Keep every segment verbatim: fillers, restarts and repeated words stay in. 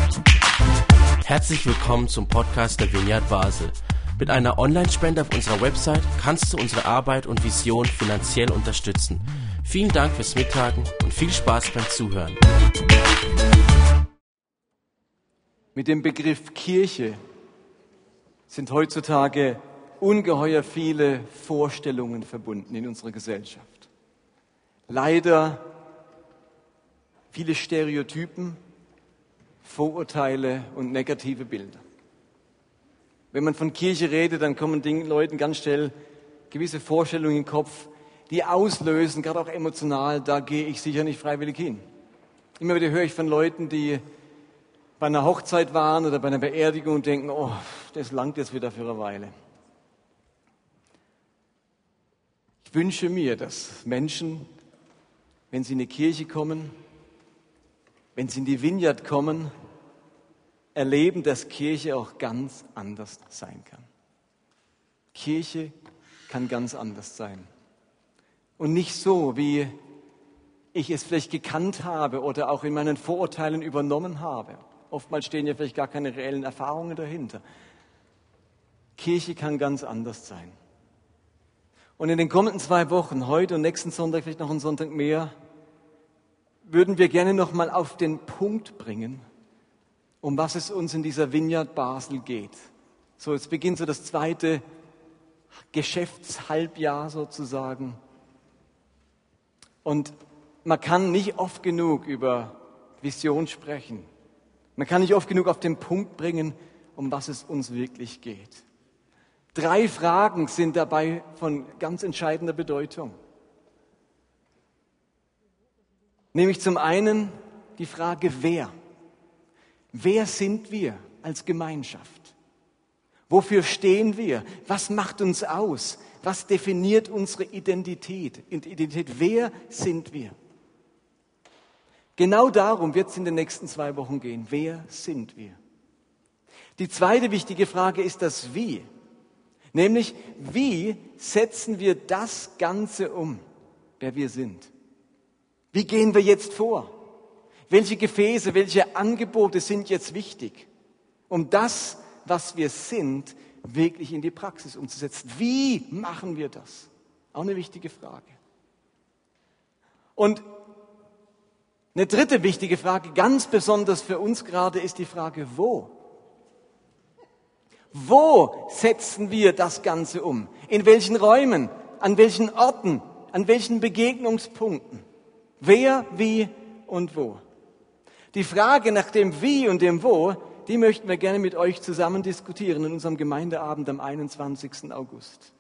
Herzlich willkommen zum Podcast der Vineyard Basel. Mit einer Online-Spende auf unserer Website kannst du unsere Arbeit und Vision finanziell unterstützen. Vielen Dank fürs Mittagen und viel Spaß beim Zuhören. Mit dem Begriff Kirche sind heutzutage ungeheuer viele Vorstellungen verbunden in unserer Gesellschaft. Leider viele Stereotypen, Vorurteile und negative Bilder. Wenn man von Kirche redet, dann kommen den Leuten ganz schnell gewisse Vorstellungen in den Kopf, die auslösen, gerade auch emotional, da gehe ich sicher nicht freiwillig hin. Immer wieder höre ich von Leuten, die bei einer Hochzeit waren oder bei einer Beerdigung und denken, oh, das langt jetzt wieder für eine Weile. Ich wünsche mir, dass Menschen, wenn sie in die Kirche kommen, wenn sie in die Vineyard kommen, erleben, dass Kirche auch ganz anders sein kann. Kirche kann ganz anders sein. Und nicht so, wie ich es vielleicht gekannt habe oder auch in meinen Vorurteilen übernommen habe. Oftmals stehen ja vielleicht gar keine reellen Erfahrungen dahinter. Kirche kann ganz anders sein. Und in den kommenden zwei Wochen, heute und nächsten Sonntag, vielleicht noch einen Sonntag mehr, würden wir gerne noch mal auf den Punkt bringen, um was es uns in dieser Vineyard Basel geht. So, jetzt beginnt so das zweite Geschäftshalbjahr sozusagen. Und man kann nicht oft genug über Vision sprechen. Man kann nicht oft genug auf den Punkt bringen, um was es uns wirklich geht. Drei Fragen sind dabei von ganz entscheidender Bedeutung. Nämlich zum einen die Frage, wer? Wer sind wir als Gemeinschaft? Wofür stehen wir? Was macht uns aus? Was definiert unsere Identität? Identität, wer sind wir? Genau darum wird es in den nächsten zwei Wochen gehen. Wer sind wir? Die zweite wichtige Frage ist das Wie. Nämlich, wie setzen wir das Ganze um, wer wir sind? Wie gehen wir jetzt vor? Welche Gefäße, welche Angebote sind jetzt wichtig, um das, was wir sind, wirklich in die Praxis umzusetzen? Wie machen wir das? Auch eine wichtige Frage. Und eine dritte wichtige Frage, ganz besonders für uns gerade, ist die Frage, wo? Wo setzen wir das Ganze um? In welchen Räumen? An welchen Orten? An welchen Begegnungspunkten? Wer, wie und wo? Die Frage nach dem Wie und dem Wo, die möchten wir gerne mit euch zusammen diskutieren in unserem Gemeindeabend am einundzwanzigsten August.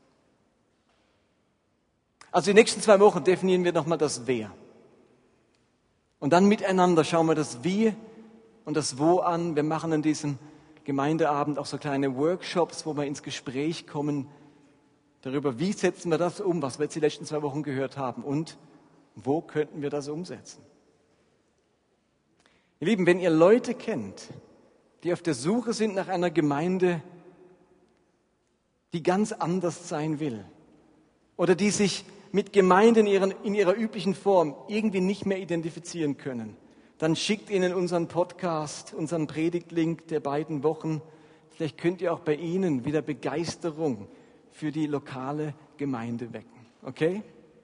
Also die nächsten zwei Wochen definieren wir nochmal das Wer. Und dann miteinander schauen wir das Wie und das Wo an. Wir machen an diesem Gemeindeabend auch so kleine Workshops, wo wir ins Gespräch kommen darüber, wie setzen wir das um, was wir jetzt die letzten zwei Wochen gehört haben und wo könnten wir das umsetzen? Ihr Lieben, wenn ihr Leute kennt, die auf der Suche sind nach einer Gemeinde, die ganz anders sein will oder die sich mit Gemeinden in, ihren, in ihrer üblichen Form irgendwie nicht mehr identifizieren können, dann schickt ihnen unseren Podcast, unseren Predigtlink der beiden Wochen. Vielleicht könnt ihr auch bei ihnen wieder Begeisterung für die lokale Gemeinde wecken. Okay?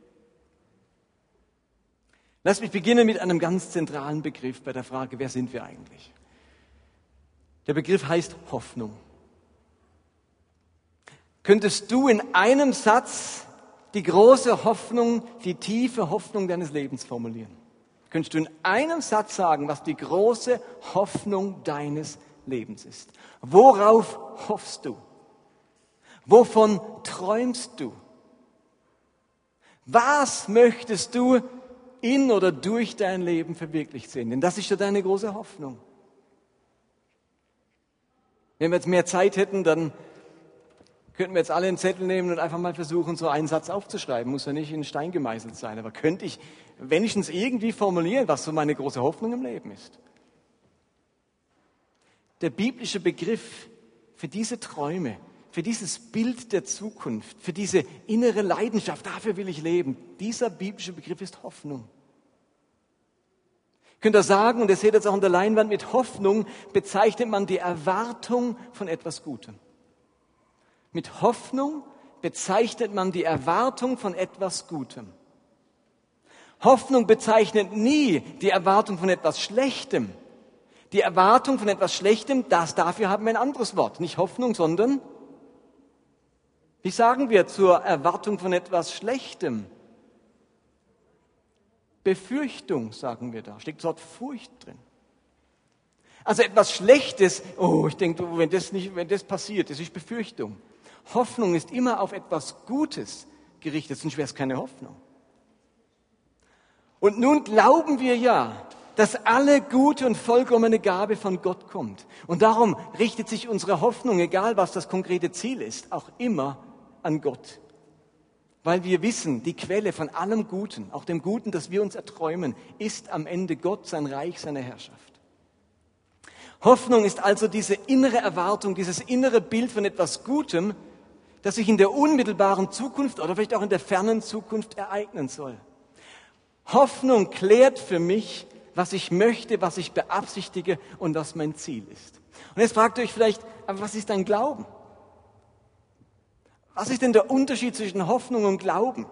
Lass mich beginnen mit einem ganz zentralen Begriff bei der Frage, wer sind wir eigentlich? Der Begriff heißt Hoffnung. Könntest du in einem Satz die große Hoffnung, die tiefe Hoffnung deines Lebens formulieren? Könntest du in einem Satz sagen, was die große Hoffnung deines Lebens ist? Worauf hoffst du? Wovon träumst du? Was möchtest du in oder durch dein Leben verwirklicht sehen? Denn das ist ja deine große Hoffnung. Wenn wir jetzt mehr Zeit hätten, dann könnten wir jetzt alle einen Zettel nehmen und einfach mal versuchen, so einen Satz aufzuschreiben. Muss ja nicht in Stein gemeißelt sein, aber könnte ich wenigstens irgendwie formulieren, was so meine große Hoffnung im Leben ist. Der biblische Begriff für diese Träume, für dieses Bild der Zukunft, für diese innere Leidenschaft, dafür will ich leben, dieser biblische Begriff ist Hoffnung. Ich könnte sagen, und ihr seht jetzt auch an der Leinwand, mit Hoffnung bezeichnet man die Erwartung von etwas Gutem. Mit Hoffnung bezeichnet man die Erwartung von etwas Gutem. Hoffnung bezeichnet nie die Erwartung von etwas Schlechtem. Die Erwartung von etwas Schlechtem, das, dafür haben wir ein anderes Wort. Nicht Hoffnung, sondern, wie sagen wir zur Erwartung von etwas Schlechtem? Befürchtung, sagen wir da. Steckt das Wort Furcht drin. Also etwas Schlechtes, oh, ich denke, wenn das nicht, wenn das passiert, das ist Befürchtung. Hoffnung ist immer auf etwas Gutes gerichtet, sonst wäre es keine Hoffnung. Und nun glauben wir ja, dass alle gute und vollkommene Gabe von Gott kommt. Und darum richtet sich unsere Hoffnung, egal was das konkrete Ziel ist, auch immer an Gott. Weil wir wissen, die Quelle von allem Guten, auch dem Guten, das wir uns erträumen, ist am Ende Gott, sein Reich, seine Herrschaft. Hoffnung ist also diese innere Erwartung, dieses innere Bild von etwas Gutem, das sich in der unmittelbaren Zukunft oder vielleicht auch in der fernen Zukunft ereignen soll. Hoffnung klärt für mich, was ich möchte, was ich beabsichtige und was mein Ziel ist. Und jetzt fragt ihr euch vielleicht, aber was ist dein Glauben? Was ist denn der Unterschied zwischen Hoffnung und Glauben?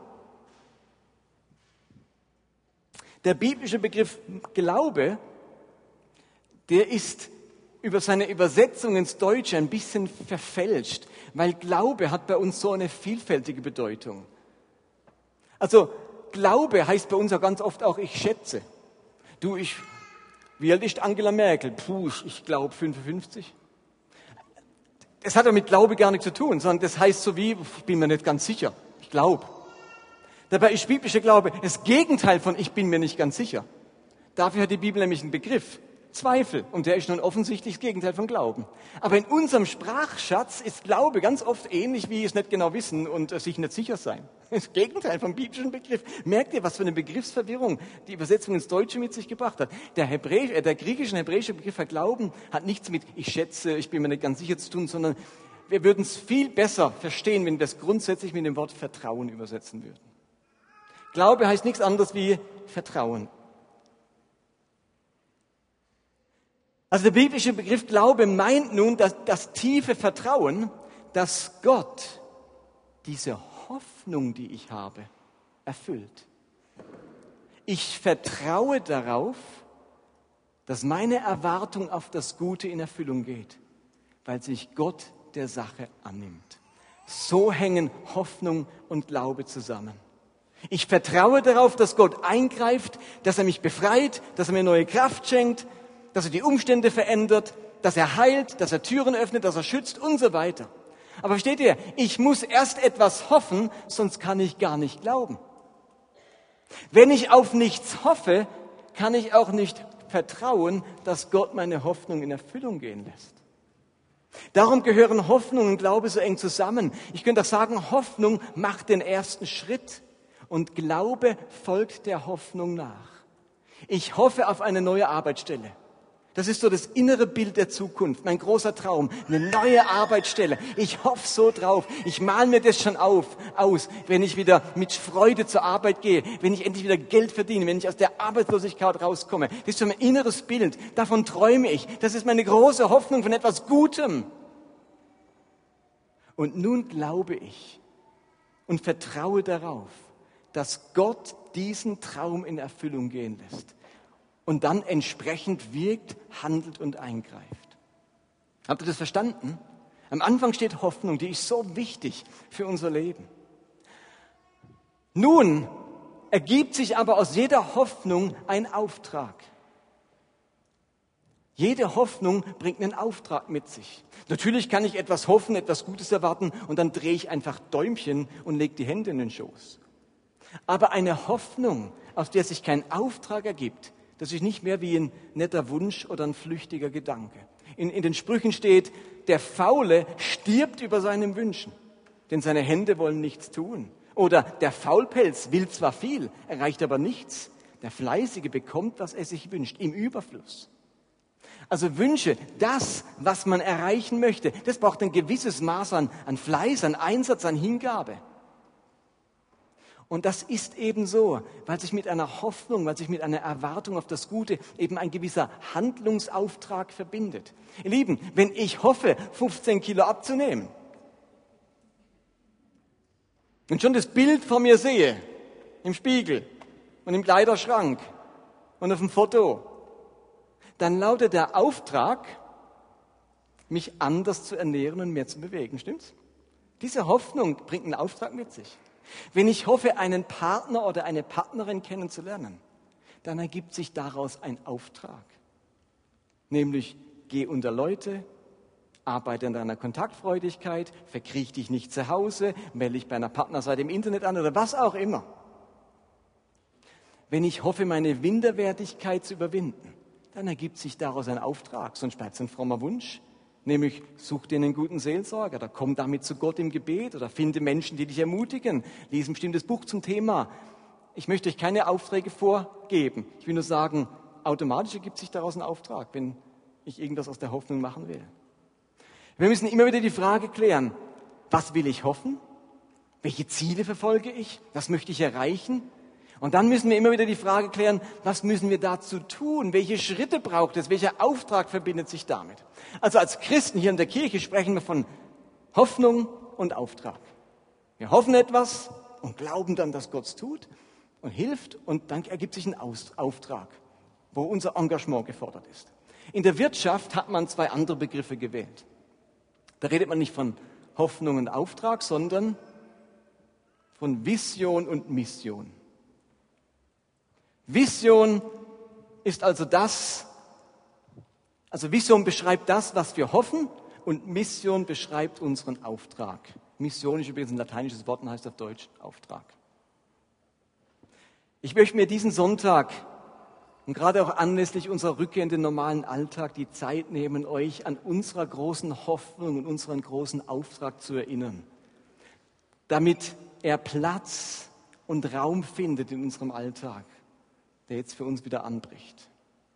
Der biblische Begriff Glaube, der ist über seine Übersetzung ins Deutsche ein bisschen verfälscht, weil Glaube hat bei uns so eine vielfältige Bedeutung. Also Glaube heißt bei uns ja ganz oft auch, ich schätze. Du, ich, wie alt ist Angela Merkel? Puh, ich glaube fünfundfünfzig. Das hat ja mit Glaube gar nichts zu tun, sondern das heißt so wie, ich bin mir nicht ganz sicher, ich glaube. Dabei ist biblischer Glaube das Gegenteil von ich bin mir nicht ganz sicher. Dafür hat die Bibel nämlich einen Begriff, Zweifel, und der ist nun offensichtlich das Gegenteil von Glauben. Aber in unserem Sprachschatz ist Glaube ganz oft ähnlich wie es nicht genau wissen und äh, sich nicht sicher sein. Das Gegenteil vom biblischen Begriff. Merkt ihr, was für eine Begriffsverwirrung die Übersetzung ins Deutsche mit sich gebracht hat? Der, Hebräisch, äh, der griechische und hebräische Begriff für Glauben hat nichts mit ich schätze, ich bin mir nicht ganz sicher zu tun, sondern wir würden es viel besser verstehen, wenn wir es grundsätzlich mit dem Wort Vertrauen übersetzen würden. Glaube heißt nichts anderes wie Vertrauen. Also der biblische Begriff Glaube meint nun dass das tiefe Vertrauen, dass Gott diese Hoffnung, die ich habe, erfüllt. Ich vertraue darauf, dass meine Erwartung auf das Gute in Erfüllung geht, weil sich Gott der Sache annimmt. So hängen Hoffnung und Glaube zusammen. Ich vertraue darauf, dass Gott eingreift, dass er mich befreit, dass er mir neue Kraft schenkt, dass er die Umstände verändert, dass er heilt, dass er Türen öffnet, dass er schützt und so weiter. Aber versteht ihr, ich muss erst etwas hoffen, sonst kann ich gar nicht glauben. Wenn ich auf nichts hoffe, kann ich auch nicht vertrauen, dass Gott meine Hoffnung in Erfüllung gehen lässt. Darum gehören Hoffnung und Glaube so eng zusammen. Ich könnte auch sagen, Hoffnung macht den ersten Schritt und Glaube folgt der Hoffnung nach. Ich hoffe auf eine neue Arbeitsstelle. Das ist so das innere Bild der Zukunft, mein großer Traum, eine neue Arbeitsstelle. Ich hoffe so drauf. Ich male mir das schon auf, aus, wenn ich wieder mit Freude zur Arbeit gehe, wenn ich endlich wieder Geld verdiene, wenn ich aus der Arbeitslosigkeit rauskomme. Das ist so mein inneres Bild. Davon träume ich. Das ist meine große Hoffnung von etwas Gutem. Und nun glaube ich und vertraue darauf, dass Gott diesen Traum in Erfüllung gehen lässt. Und dann entsprechend wirkt, handelt und eingreift. Habt ihr das verstanden? Am Anfang steht Hoffnung, die ist so wichtig für unser Leben. Nun ergibt sich aber aus jeder Hoffnung ein Auftrag. Jede Hoffnung bringt einen Auftrag mit sich. Natürlich kann ich etwas hoffen, etwas Gutes erwarten und dann drehe ich einfach Däumchen und lege die Hände in den Schoß. Aber eine Hoffnung, aus der sich kein Auftrag ergibt, das ist nicht mehr wie ein netter Wunsch oder ein flüchtiger Gedanke. In, in den Sprüchen steht, der Faule stirbt über seinen Wünschen, denn seine Hände wollen nichts tun. Oder der Faulpelz will zwar viel, erreicht aber nichts. Der Fleißige bekommt, was er sich wünscht, im Überfluss. Also Wünsche, das, was man erreichen möchte, das braucht ein gewisses Maß an, an Fleiß, an Einsatz, an Hingabe. Und das ist eben so, weil sich mit einer Hoffnung, weil sich mit einer Erwartung auf das Gute eben ein gewisser Handlungsauftrag verbindet. Ihr Lieben, wenn ich hoffe, fünfzehn Kilo abzunehmen und schon das Bild vor mir sehe, im Spiegel und im Kleiderschrank und auf dem Foto, dann lautet der Auftrag, mich anders zu ernähren und mehr zu bewegen. Stimmt's? Diese Hoffnung bringt einen Auftrag mit sich. Wenn ich hoffe, einen Partner oder eine Partnerin kennenzulernen, dann ergibt sich daraus ein Auftrag. Nämlich, geh unter Leute, arbeite an deiner Kontaktfreudigkeit, verkriech dich nicht zu Hause, melde dich bei einer Partnerseite im Internet an oder was auch immer. Wenn ich hoffe, meine Minderwertigkeit zu überwinden, dann ergibt sich daraus ein Auftrag, sonst bleibt es ein frommer Wunsch. Nämlich, such dir einen guten Seelsorger oder komm damit zu Gott im Gebet oder finde Menschen, die dich ermutigen. Lies ein bestimmtes Buch zum Thema. Ich möchte euch keine Aufträge vorgeben. Ich will nur sagen, automatisch ergibt sich daraus ein Auftrag, wenn ich irgendwas aus der Hoffnung machen will. Wir müssen immer wieder die Frage klären, was will ich hoffen? Welche Ziele verfolge ich? Was möchte ich erreichen? Und dann müssen wir immer wieder die Frage klären, was müssen wir dazu tun? Welche Schritte braucht es? Welcher Auftrag verbindet sich damit? Also als Christen hier in der Kirche sprechen wir von Hoffnung und Auftrag. Wir hoffen etwas und glauben dann, dass Gott es tut und hilft und dann ergibt sich ein Auftrag, wo unser Engagement gefordert ist. In der Wirtschaft hat man zwei andere Begriffe gewählt. Da redet man nicht von Hoffnung und Auftrag, sondern von Vision und Mission. Vision ist also das, also Vision beschreibt das, was wir hoffen, und Mission beschreibt unseren Auftrag. Mission ist übrigens ein lateinisches Wort und heißt auf Deutsch Auftrag. Ich möchte mir diesen Sonntag und gerade auch anlässlich unserer Rückkehr in den normalen Alltag die Zeit nehmen, euch an unserer großen Hoffnung und unseren großen Auftrag zu erinnern, damit er Platz und Raum findet in unserem Alltag, der jetzt für uns wieder anbricht.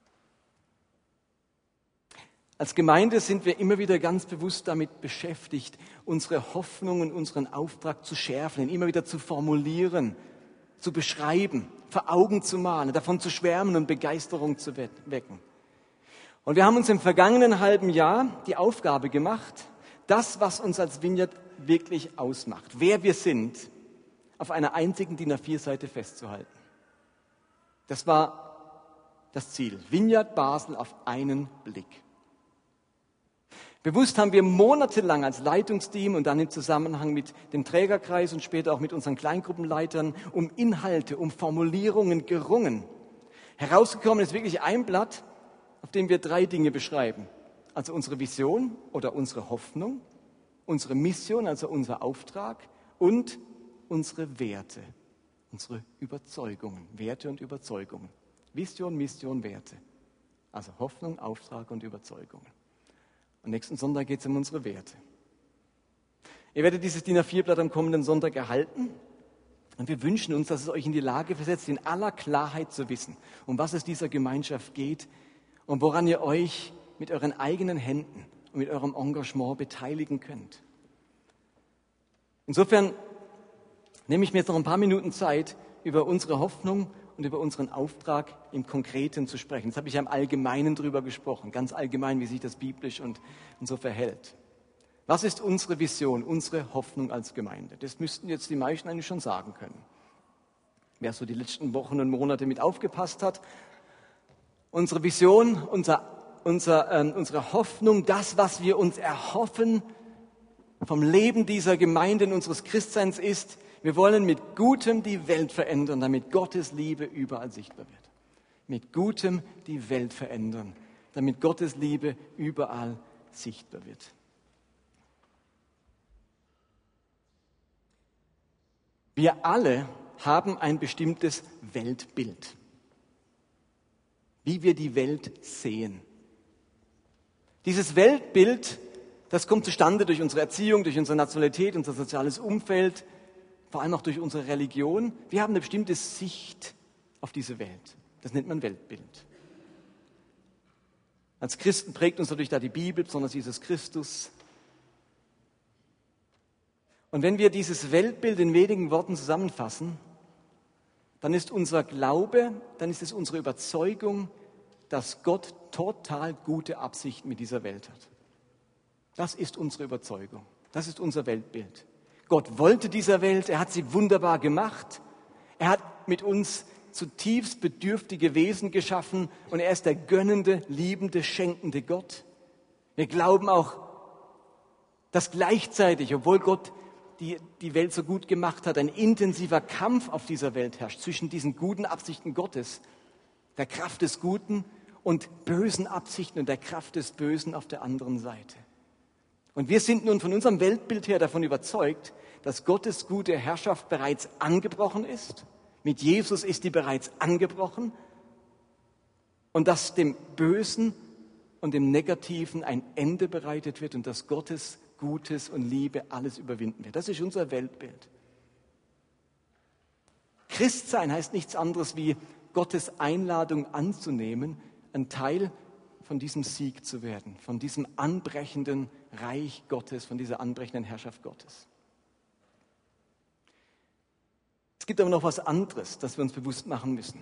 Als Gemeinde sind wir immer wieder ganz bewusst damit beschäftigt, unsere Hoffnung und unseren Auftrag zu schärfen, ihn immer wieder zu formulieren, zu beschreiben, vor Augen zu malen, davon zu schwärmen und Begeisterung zu wecken. Und wir haben uns im vergangenen halben Jahr die Aufgabe gemacht, das, was uns als Vineyard wirklich ausmacht, wer wir sind, auf einer einzigen D I N A vier Seite festzuhalten. Das war das Ziel. Vineyard Basel auf einen Blick. Bewusst haben wir monatelang als Leitungsteam und dann im Zusammenhang mit dem Trägerkreis und später auch mit unseren Kleingruppenleitern um Inhalte, um Formulierungen gerungen. Herausgekommen ist wirklich ein Blatt, auf dem wir drei Dinge beschreiben. Also unsere Vision oder unsere Hoffnung, unsere Mission, also unser Auftrag und unsere Werte. Unsere Überzeugungen, Werte und Überzeugungen. Vision, Mission, Werte. Also Hoffnung, Auftrag und Überzeugungen. Am nächsten Sonntag geht es um unsere Werte. Ihr werdet dieses D I N A vier Blatt am kommenden Sonntag erhalten. Und wir wünschen uns, dass es euch in die Lage versetzt, in aller Klarheit zu wissen, um was es dieser Gemeinschaft geht und woran ihr euch mit euren eigenen Händen und mit eurem Engagement beteiligen könnt. Insofern nehme ich mir jetzt noch ein paar Minuten Zeit, über unsere Hoffnung und über unseren Auftrag im Konkreten zu sprechen. Jetzt habe ich ja im Allgemeinen drüber gesprochen, ganz allgemein, wie sich das biblisch und, und so verhält. Was ist unsere Vision, unsere Hoffnung als Gemeinde? Das müssten jetzt die meisten eigentlich schon sagen können. Wer so die letzten Wochen und Monate mit aufgepasst hat. Unsere Vision, unser, unser, äh, unsere Hoffnung, das, was wir uns erhoffen vom Leben dieser Gemeinde und unseres Christseins ist, wir wollen mit Gutem die Welt verändern, damit Gottes Liebe überall sichtbar wird. Mit Gutem die Welt verändern, damit Gottes Liebe überall sichtbar wird. Wir alle haben ein bestimmtes Weltbild, wie wir die Welt sehen. Dieses Weltbild, das kommt zustande durch unsere Erziehung, durch unsere Nationalität, unser soziales Umfeld, vor allem auch durch unsere Religion. Wir haben eine bestimmte Sicht auf diese Welt. Das nennt man Weltbild. Als Christen prägt uns natürlich da die Bibel, besonders Jesus Christus. Und wenn wir dieses Weltbild in wenigen Worten zusammenfassen, dann ist unser Glaube, dann ist es unsere Überzeugung, dass Gott total gute Absichten mit dieser Welt hat. Das ist unsere Überzeugung. Das ist unser Weltbild. Gott wollte dieser Welt, er hat sie wunderbar gemacht. Er hat mit uns zutiefst bedürftige Wesen geschaffen und er ist der gönnende, liebende, schenkende Gott. Wir glauben auch, dass gleichzeitig, obwohl Gott die, die Welt so gut gemacht hat, ein intensiver Kampf auf dieser Welt herrscht zwischen diesen guten Absichten Gottes, der Kraft des Guten und bösen Absichten und der Kraft des Bösen auf der anderen Seite. Und wir sind nun von unserem Weltbild her davon überzeugt, dass Gottes gute Herrschaft bereits angebrochen ist. Mit Jesus ist die bereits angebrochen. Und dass dem Bösen und dem Negativen ein Ende bereitet wird und dass Gottes Gutes und Liebe alles überwinden wird. Das ist unser Weltbild. Christsein heißt nichts anderes wie Gottes Einladung anzunehmen, ein Teil von diesem Sieg zu werden, von diesem anbrechenden Reich Gottes, von dieser anbrechenden Herrschaft Gottes. Es gibt aber noch was anderes, das wir uns bewusst machen müssen.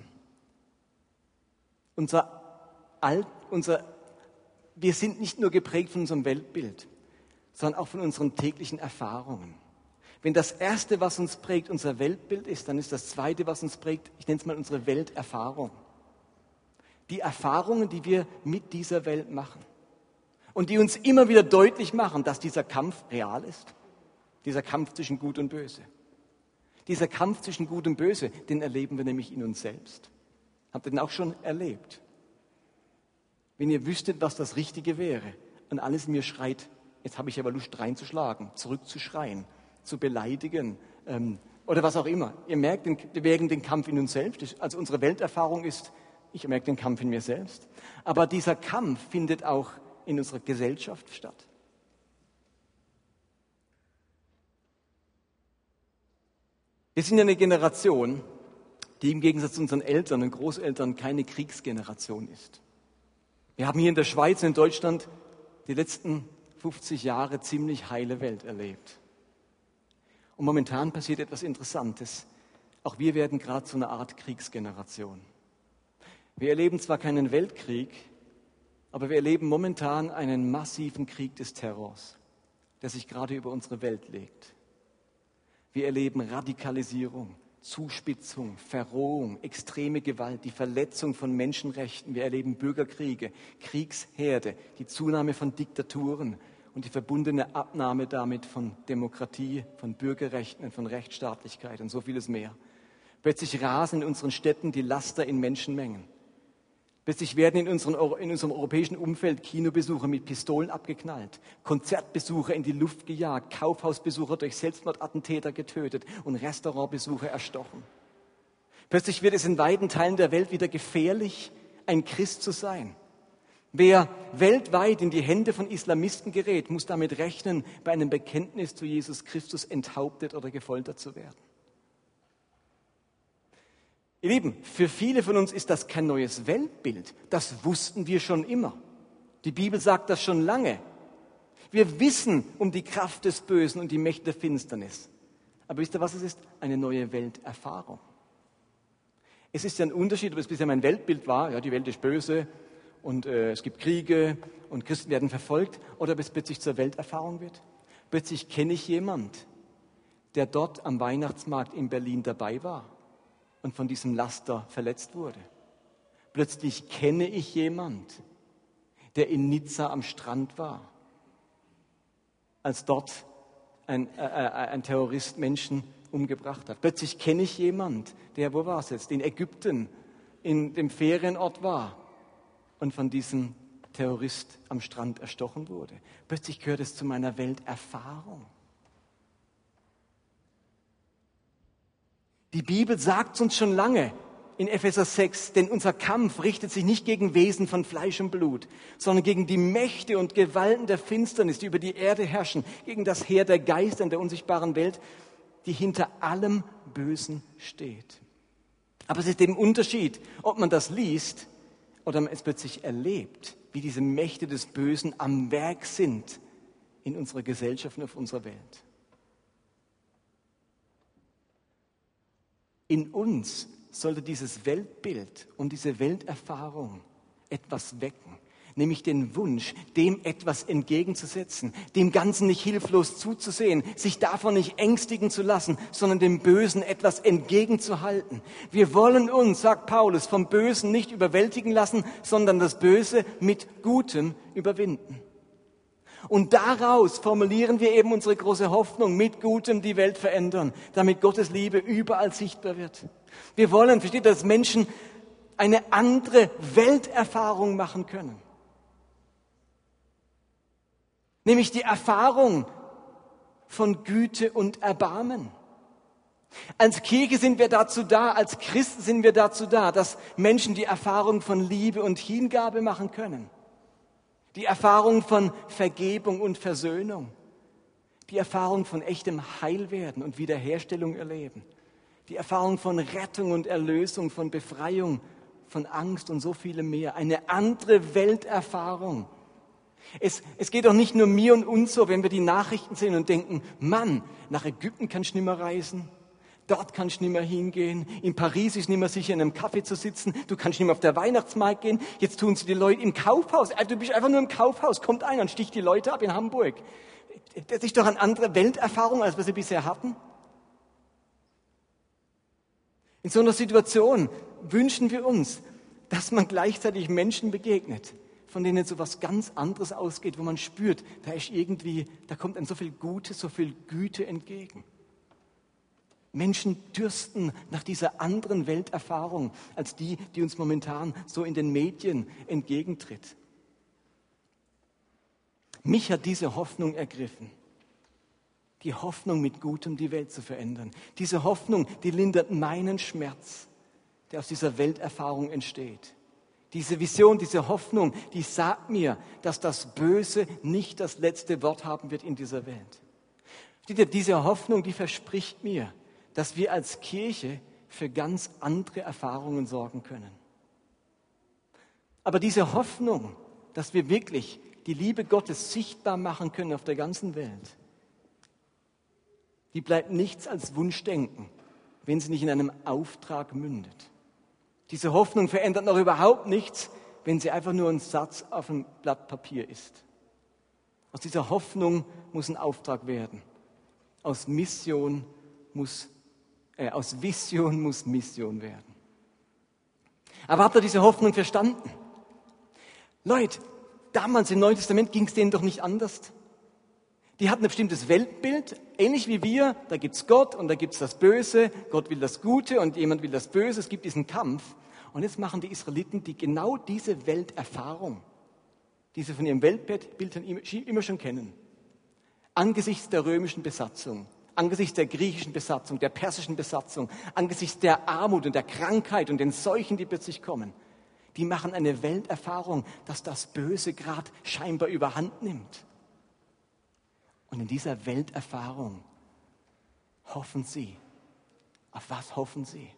Unser Alt, unser, wir sind nicht nur geprägt von unserem Weltbild, sondern auch von unseren täglichen Erfahrungen. Wenn das Erste, was uns prägt, unser Weltbild ist, dann ist das Zweite, was uns prägt, ich nenne es mal unsere Welterfahrung. Die Erfahrungen, die wir mit dieser Welt machen und die uns immer wieder deutlich machen, dass dieser Kampf real ist, dieser Kampf zwischen Gut und Böse. Dieser Kampf zwischen Gut und Böse, den erleben wir nämlich in uns selbst. Habt ihr den auch schon erlebt? Wenn ihr wüsstet, was das Richtige wäre und alles in mir schreit, jetzt habe ich aber Lust reinzuschlagen, zurückzuschreien, zu beleidigen ähm, oder was auch immer. Ihr merkt, den, wir merken den Kampf in uns selbst. Also unsere Welterfahrung ist, ich merke den Kampf in mir selbst. Aber dieser Kampf findet auch in unserer Gesellschaft statt. Wir sind ja eine Generation, die im Gegensatz zu unseren Eltern und Großeltern keine Kriegsgeneration ist. Wir haben hier in der Schweiz und in Deutschland die letzten fünfzig Jahre ziemlich heile Welt erlebt. Und momentan passiert etwas Interessantes. Auch wir werden gerade zu einer Art Kriegsgeneration. Wir erleben zwar keinen Weltkrieg, aber wir erleben momentan einen massiven Krieg des Terrors, der sich gerade über unsere Welt legt. Wir erleben Radikalisierung, Zuspitzung, Verrohung, extreme Gewalt, die Verletzung von Menschenrechten. Wir erleben Bürgerkriege, Kriegsherde, die Zunahme von Diktaturen und die verbundene Abnahme damit von Demokratie, von Bürgerrechten und von Rechtsstaatlichkeit und so vieles mehr. Plötzlich rasen in unseren Städten die Laster in Menschenmengen. Plötzlich werden in, unseren, in unserem europäischen Umfeld Kinobesucher mit Pistolen abgeknallt, Konzertbesucher in die Luft gejagt, Kaufhausbesucher durch Selbstmordattentäter getötet und Restaurantbesucher erstochen. Plötzlich wird es in weiten Teilen der Welt wieder gefährlich, ein Christ zu sein. Wer weltweit in die Hände von Islamisten gerät, muss damit rechnen, bei einem Bekenntnis zu Jesus Christus enthauptet oder gefoltert zu werden. Ihr Lieben, für viele von uns ist das kein neues Weltbild. Das wussten wir schon immer. Die Bibel sagt das schon lange. Wir wissen um die Kraft des Bösen und die Mächte der Finsternis. Aber wisst ihr, was es ist? Eine neue Welterfahrung. Es ist ja ein Unterschied, ob es bisher mein Weltbild war, ja, die Welt ist böse und äh, es gibt Kriege und Christen werden verfolgt, oder ob es plötzlich zur Welterfahrung wird. Plötzlich kenne ich jemand, der dort am Weihnachtsmarkt in Berlin dabei war und von diesem Laster verletzt wurde. Plötzlich kenne ich jemand, der in Nizza am Strand war, als dort ein, äh, ein Terrorist Menschen umgebracht hat. Plötzlich kenne ich jemand, der, wo war es jetzt, in Ägypten, in dem Ferienort war und von diesem Terrorist am Strand erstochen wurde. Plötzlich gehört es zu meiner Welterfahrung. Die Bibel sagt uns schon lange in Epheser sechs, denn unser Kampf richtet sich nicht gegen Wesen von Fleisch und Blut, sondern gegen die Mächte und Gewalten der Finsternis, die über die Erde herrschen, gegen das Heer der Geister in der unsichtbaren Welt, die hinter allem Bösen steht. Aber es ist eben ein Unterschied, ob man das liest oder man es plötzlich erlebt, wie diese Mächte des Bösen am Werk sind in unserer Gesellschaft und auf unserer Welt. In uns sollte dieses Weltbild und diese Welterfahrung etwas wecken. Nämlich den Wunsch, dem etwas entgegenzusetzen, dem Ganzen nicht hilflos zuzusehen, sich davon nicht ängstigen zu lassen, sondern dem Bösen etwas entgegenzuhalten. Wir wollen uns, sagt Paulus, vom Bösen nicht überwältigen lassen, sondern das Böse mit Gutem überwinden. Und daraus formulieren wir eben unsere große Hoffnung, mit Gutem die Welt verändern, damit Gottes Liebe überall sichtbar wird. Wir wollen, versteht ihr, dass Menschen eine andere Welterfahrung machen können. Nämlich die Erfahrung von Güte und Erbarmen. Als Kirche sind wir dazu da, als Christen sind wir dazu da, dass Menschen die Erfahrung von Liebe und Hingabe machen können. Die Erfahrung von Vergebung und Versöhnung. Die Erfahrung von echtem Heilwerden und Wiederherstellung erleben. Die Erfahrung von Rettung und Erlösung, von Befreiung, von Angst und so vielem mehr. Eine andere Welterfahrung. Es, es geht doch nicht nur mir und uns so, wenn wir die Nachrichten sehen und denken, Mann, nach Ägypten kannst du nicht mehr reisen, dort kannst du nicht mehr hingehen, in Paris ist nicht mehr sicher, in einem Café zu sitzen, du kannst nicht mehr auf der Weihnachtsmarkt gehen, jetzt tun sie die Leute im Kaufhaus, du bist einfach nur im Kaufhaus, kommt einer und sticht die Leute ab in Hamburg. Das ist doch eine andere Welterfahrung, als wir sie bisher hatten. In so einer Situation wünschen wir uns, dass man gleichzeitig Menschen begegnet, von denen so was ganz anderes ausgeht, wo man spürt, da ist irgendwie, da kommt einem so viel Gutes, so viel Güte entgegen. Menschen dürsten nach dieser anderen Welterfahrung als die, die uns momentan so in den Medien entgegentritt. Mich hat diese Hoffnung ergriffen. Die Hoffnung, mit Gutem die Welt zu verändern. Diese Hoffnung, die lindert meinen Schmerz, der aus dieser Welterfahrung entsteht. Diese Vision, diese Hoffnung, die sagt mir, dass das Böse nicht das letzte Wort haben wird in dieser Welt. Diese Hoffnung, die verspricht mir, dass wir als Kirche für ganz andere Erfahrungen sorgen können. Aber diese Hoffnung, dass wir wirklich die Liebe Gottes sichtbar machen können auf der ganzen Welt, die bleibt nichts als Wunschdenken, wenn sie nicht in einem Auftrag mündet. Diese Hoffnung verändert noch überhaupt nichts, wenn sie einfach nur ein Satz auf einem Blatt Papier ist. Aus dieser Hoffnung muss ein Auftrag werden. Aus Mission muss, äh, aus Vision muss Mission werden. Aber habt ihr diese Hoffnung verstanden? Leute, damals im Neuen Testament ging es denen doch nicht anders. Die hatten ein bestimmtes Weltbild, ähnlich wie wir. Da gibt's Gott und da gibt's das Böse. Gott will das Gute und jemand will das Böse. Es gibt diesen Kampf. Und jetzt machen die Israeliten, die genau diese Welterfahrung, die sie von ihrem Weltbild immer schon kennen, angesichts der römischen Besatzung, angesichts der griechischen Besatzung, der persischen Besatzung, angesichts der Armut und der Krankheit und den Seuchen, die plötzlich kommen, die machen eine Welterfahrung, dass das Böse gerade scheinbar überhand nimmt. Und in dieser Welterfahrung hoffen sie. Auf was hoffen sie?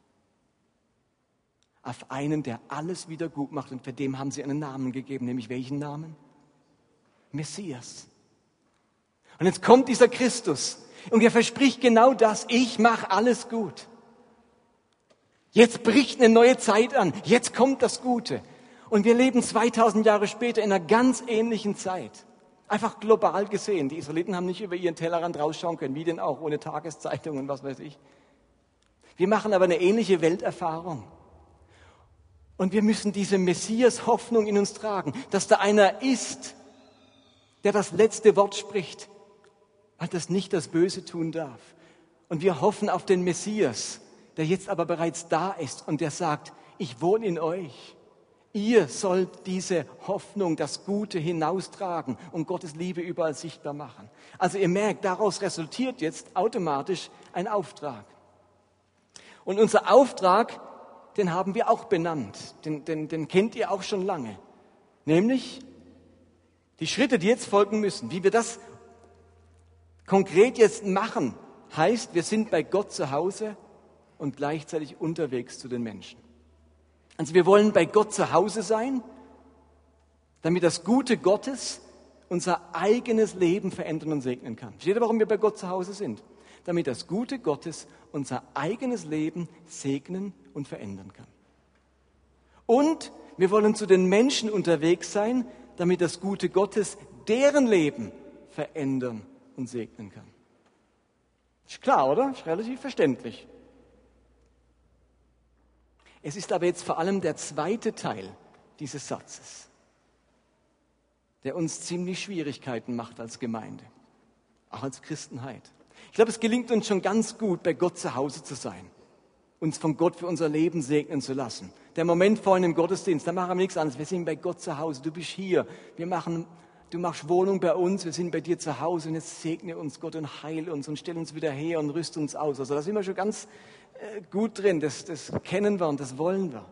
Auf einen, der alles wieder gut macht. Und für den haben sie einen Namen gegeben. Nämlich welchen Namen? Messias. Und jetzt kommt dieser Christus. Und er verspricht genau das. Ich mache alles gut. Jetzt bricht eine neue Zeit an. Jetzt kommt das Gute. Und wir leben zweitausend Jahre später in einer ganz ähnlichen Zeit. Einfach global gesehen. Die Israeliten haben nicht über ihren Tellerrand rausschauen können, wie denn auch, ohne Tageszeitung und was weiß ich. Wir machen aber eine ähnliche Welterfahrung. Und wir müssen diese Messias-Hoffnung in uns tragen, dass da einer ist, der das letzte Wort spricht, weil das nicht das Böse tun darf. Und wir hoffen auf den Messias, der jetzt aber bereits da ist und der sagt, ich wohne in euch. Ihr sollt diese Hoffnung, das Gute hinaustragen und Gottes Liebe überall sichtbar machen. Also ihr merkt, daraus resultiert jetzt automatisch ein Auftrag. Und unser Auftrag, den haben wir auch benannt. Den, den, den kennt ihr auch schon lange. Nämlich die Schritte, die jetzt folgen müssen, wie wir das konkret jetzt machen, heißt, wir sind bei Gott zu Hause und gleichzeitig unterwegs zu den Menschen. Also wir wollen bei Gott zu Hause sein, damit das Gute Gottes unser eigenes Leben verändern und segnen kann. Versteht ihr, warum wir bei Gott zu Hause sind? Damit das Gute Gottes unser eigenes Leben segnen und verändern kann. Und wir wollen zu den Menschen unterwegs sein, damit das Gute Gottes deren Leben verändern und segnen kann. Ist klar, oder? Ist relativ verständlich. Es ist aber jetzt vor allem der zweite Teil dieses Satzes, der uns ziemlich Schwierigkeiten macht als Gemeinde, auch als Christenheit. Ich glaube, es gelingt uns schon ganz gut, bei Gott zu Hause zu sein, uns von Gott für unser Leben segnen zu lassen. Der Moment vorhin im Gottesdienst, da machen wir nichts anderes. Wir sind bei Gott zu Hause, du bist hier, wir machen, du machst Wohnung bei uns, wir sind bei dir zu Hause und jetzt segne uns Gott und heil uns und stell uns wieder her und rüst uns aus. Also da sind wir schon ganz äh, gut drin, das, das kennen wir und das wollen wir.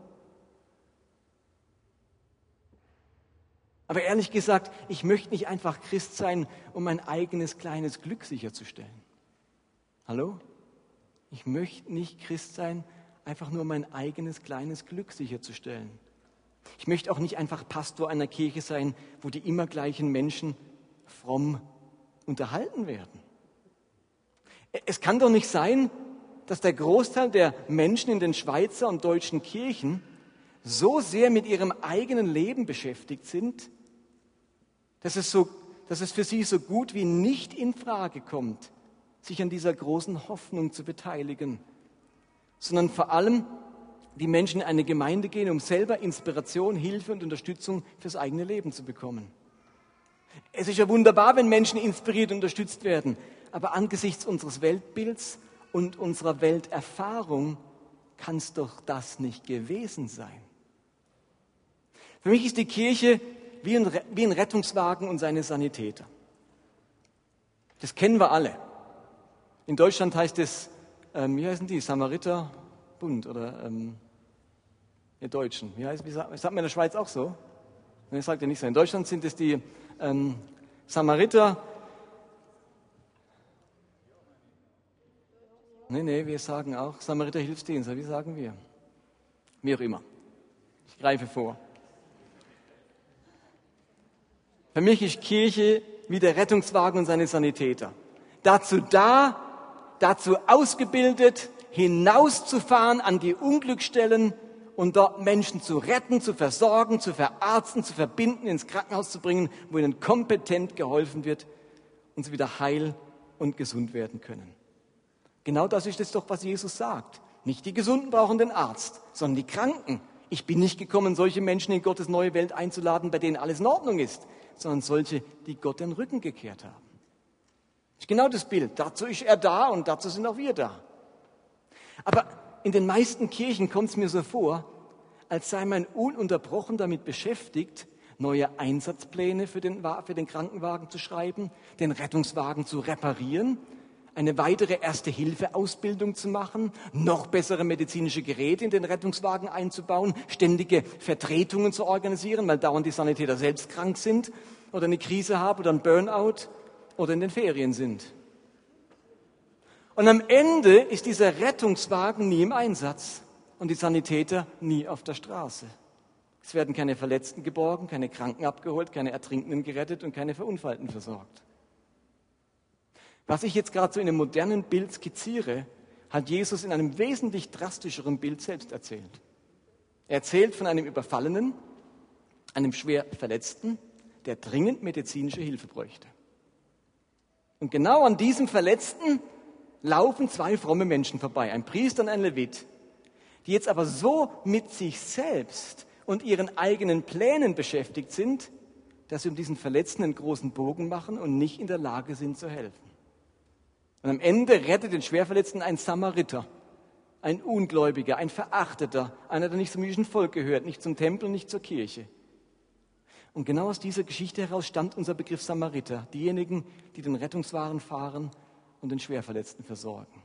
Aber ehrlich gesagt, ich möchte nicht einfach Christ sein, um mein eigenes kleines Glück sicherzustellen. Hallo? Ich möchte nicht Christ sein, einfach nur mein eigenes kleines Glück sicherzustellen. Ich möchte auch nicht einfach Pastor einer Kirche sein, wo die immer gleichen Menschen fromm unterhalten werden. Es kann doch nicht sein, dass der Großteil der Menschen in den Schweizer und deutschen Kirchen so sehr mit ihrem eigenen Leben beschäftigt sind, dass es, so, dass es für sie so gut wie nicht in Frage kommt, sich an dieser großen Hoffnung zu beteiligen, sondern vor allem die Menschen in eine Gemeinde gehen, um selber Inspiration, Hilfe und Unterstützung fürs eigene Leben zu bekommen. Es ist ja wunderbar, wenn Menschen inspiriert und unterstützt werden, aber angesichts unseres Weltbilds und unserer Welterfahrung kann es doch das nicht gewesen sein. Für mich ist die Kirche wie ein, wie ein Rettungswagen und seine Sanitäter. Das kennen wir alle. In Deutschland heißt es, ähm, wie heißen die, Samariterbund oder ähm, ihr Deutschen. Wie heißt, wie sagt, sagt man in der Schweiz auch so? Ne, sagt ja nicht so. In Deutschland sind es die ähm, Samariter. Nee, nee, wir sagen auch Samariter-Hilfsdienst. Wie sagen wir? Wie auch immer. Ich greife vor. Für mich ist Kirche wie der Rettungswagen und seine Sanitäter. Dazu da, dazu ausgebildet, hinauszufahren an die Unglücksstellen und dort Menschen zu retten, zu versorgen, zu verarzten, zu verbinden, ins Krankenhaus zu bringen, wo ihnen kompetent geholfen wird und sie wieder heil und gesund werden können. Genau das ist es doch, was Jesus sagt. Nicht die Gesunden brauchen den Arzt, sondern die Kranken. Ich bin nicht gekommen, solche Menschen in Gottes neue Welt einzuladen, bei denen alles in Ordnung ist, sondern solche, die Gott den Rücken gekehrt haben. Das ist genau das Bild. Dazu ist er da und dazu sind auch wir da. Aber in den meisten Kirchen kommt es mir so vor, als sei man ununterbrochen damit beschäftigt, neue Einsatzpläne für den, für den Krankenwagen zu schreiben, den Rettungswagen zu reparieren, eine weitere Erste-Hilfe-Ausbildung zu machen, noch bessere medizinische Geräte in den Rettungswagen einzubauen, ständige Vertretungen zu organisieren, weil dauernd die Sanitäter selbst krank sind oder eine Krise haben oder ein Burnout oder in den Ferien sind. Und am Ende ist dieser Rettungswagen nie im Einsatz und die Sanitäter nie auf der Straße. Es werden keine Verletzten geborgen, keine Kranken abgeholt, keine Ertrinkenden gerettet und keine Verunfallten versorgt. Was ich jetzt gerade so in einem modernen Bild skizziere, hat Jesus in einem wesentlich drastischeren Bild selbst erzählt. Er erzählt von einem Überfallenen, einem schwer Verletzten, der dringend medizinische Hilfe bräuchte. Und genau an diesem Verletzten laufen zwei fromme Menschen vorbei, ein Priester und ein Levit, die jetzt aber so mit sich selbst und ihren eigenen Plänen beschäftigt sind, dass sie um diesen Verletzten einen großen Bogen machen und nicht in der Lage sind zu helfen. Und am Ende rettet den Schwerverletzten ein Samariter, ein Ungläubiger, ein Verachteter, einer, der nicht zum jüdischen Volk gehört, nicht zum Tempel, nicht zur Kirche. Und genau aus dieser Geschichte heraus stammt unser Begriff Samariter, diejenigen, die den Rettungswagen fahren und den Schwerverletzten versorgen.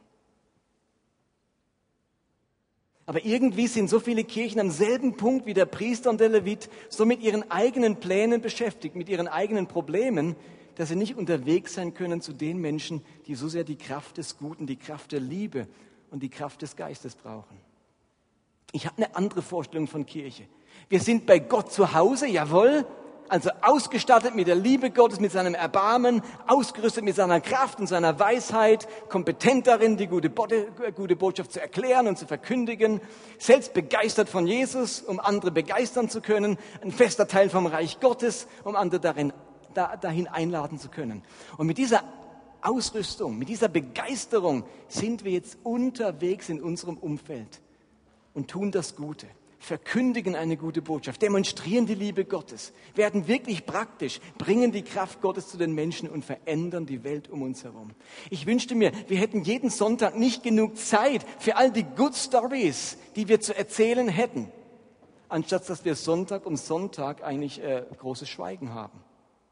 Aber irgendwie sind so viele Kirchen am selben Punkt wie der Priester und der Levit, so mit ihren eigenen Plänen beschäftigt, mit ihren eigenen Problemen, dass sie nicht unterwegs sein können zu den Menschen, die so sehr die Kraft des Guten, die Kraft der Liebe und die Kraft des Geistes brauchen. Ich habe eine andere Vorstellung von Kirche. Wir sind bei Gott zu Hause, jawohl, Also ausgestattet mit der Liebe Gottes, mit seinem Erbarmen, ausgerüstet mit seiner Kraft und seiner Weisheit, kompetent darin, die gute, Bo- gute Botschaft zu erklären und zu verkündigen, selbst begeistert von Jesus, um andere begeistern zu können, ein fester Teil vom Reich Gottes, um andere darin, da, dahin einladen zu können. Und mit dieser Ausrüstung, mit dieser Begeisterung sind wir jetzt unterwegs in unserem Umfeld und tun das Gute. Verkündigen eine gute Botschaft, demonstrieren die Liebe Gottes, werden wirklich praktisch, bringen die Kraft Gottes zu den Menschen und verändern die Welt um uns herum. Ich wünschte mir, wir hätten jeden Sonntag nicht genug Zeit für all die Good Stories, die wir zu erzählen hätten, anstatt dass wir Sonntag um Sonntag eigentlich äh, großes Schweigen haben.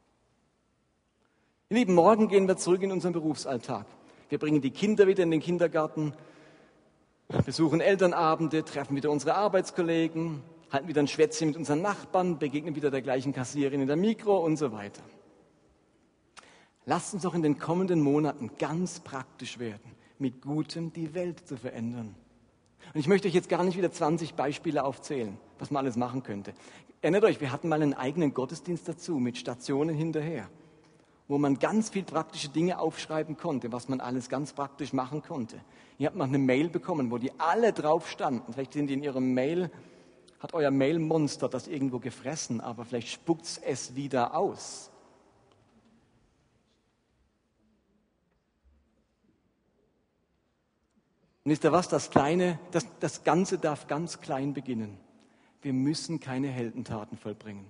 Ihr Lieben, morgen gehen wir zurück in unseren Berufsalltag. Wir bringen die Kinder wieder in den Kindergarten, besuchen Elternabende, treffen wieder unsere Arbeitskollegen, halten wieder ein Schwätzchen mit unseren Nachbarn, begegnen wieder der gleichen Kassiererin in der Mikro und so weiter. Lasst uns doch in den kommenden Monaten ganz praktisch werden, mit Gutem die Welt zu verändern. Und ich möchte euch jetzt gar nicht wieder zwanzig Beispiele aufzählen, was man alles machen könnte. Erinnert euch, wir hatten mal einen eigenen Gottesdienst dazu, mit Stationen hinterher, wo man ganz viel praktische Dinge aufschreiben konnte, was man alles ganz praktisch machen konnte. Ihr habt mal eine Mail bekommen, wo die alle drauf standen. Vielleicht sind die in ihrem Mail, hat euer Mailmonster das irgendwo gefressen, aber vielleicht spuckt es wieder aus. Und wisst ihr was, das Kleine, das, das Ganze darf ganz klein beginnen. Wir müssen keine Heldentaten vollbringen.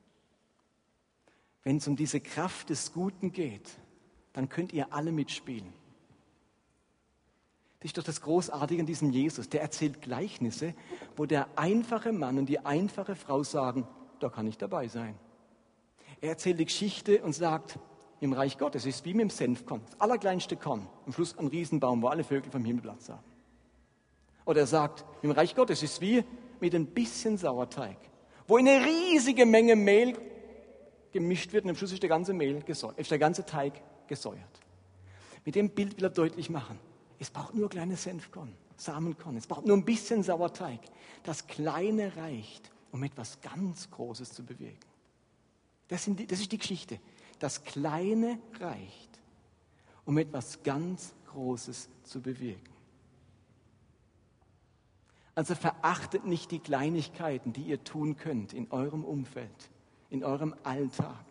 Wenn es um diese Kraft des Guten geht, dann könnt ihr alle mitspielen. Das ist doch das Großartige an diesem Jesus. Der erzählt Gleichnisse, wo der einfache Mann und die einfache Frau sagen, da kann ich dabei sein. Er erzählt die Geschichte und sagt, im Reich Gottes ist es wie mit dem Senfkorn, das allerkleinste Korn, am Schluss ein Riesenbaum, wo alle Vögel vom Himmel Platz haben. Oder er sagt, im Reich Gottes ist es wie mit ein bisschen Sauerteig, wo eine riesige Menge Mehl gemischt wird und am Schluss ist der ganze Mehl gesäuert, ist der ganze Teig gesäuert. Mit dem Bild will er deutlich machen, es braucht nur kleine Senfkorn, Samenkorn, es braucht nur ein bisschen Sauerteig. Das Kleine reicht, um etwas ganz Großes zu bewirken. Das, sind die, das ist die Geschichte. Das Kleine reicht, um etwas ganz Großes zu bewirken. Also verachtet nicht die Kleinigkeiten, die ihr tun könnt in eurem Umfeld, in eurem Alltag.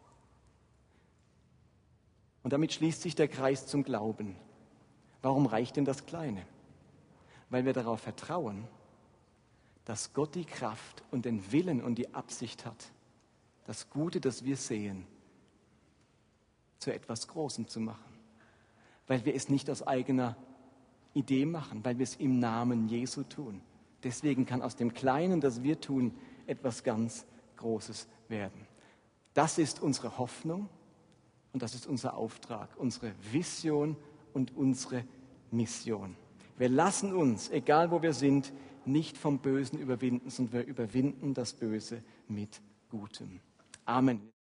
Und damit schließt sich der Kreis zum Glauben. Warum reicht denn das Kleine? Weil wir darauf vertrauen, dass Gott die Kraft und den Willen und die Absicht hat, das Gute, das wir sehen, zu etwas Großem zu machen. Weil wir es nicht aus eigener Idee machen, weil wir es im Namen Jesu tun. Deswegen kann aus dem Kleinen, das wir tun, etwas ganz Großes werden. Das ist unsere Hoffnung und das ist unser Auftrag, unsere Vision und unsere Mission. Wir lassen uns, egal wo wir sind, nicht vom Bösen überwinden, sondern wir überwinden das Böse mit Gutem. Amen.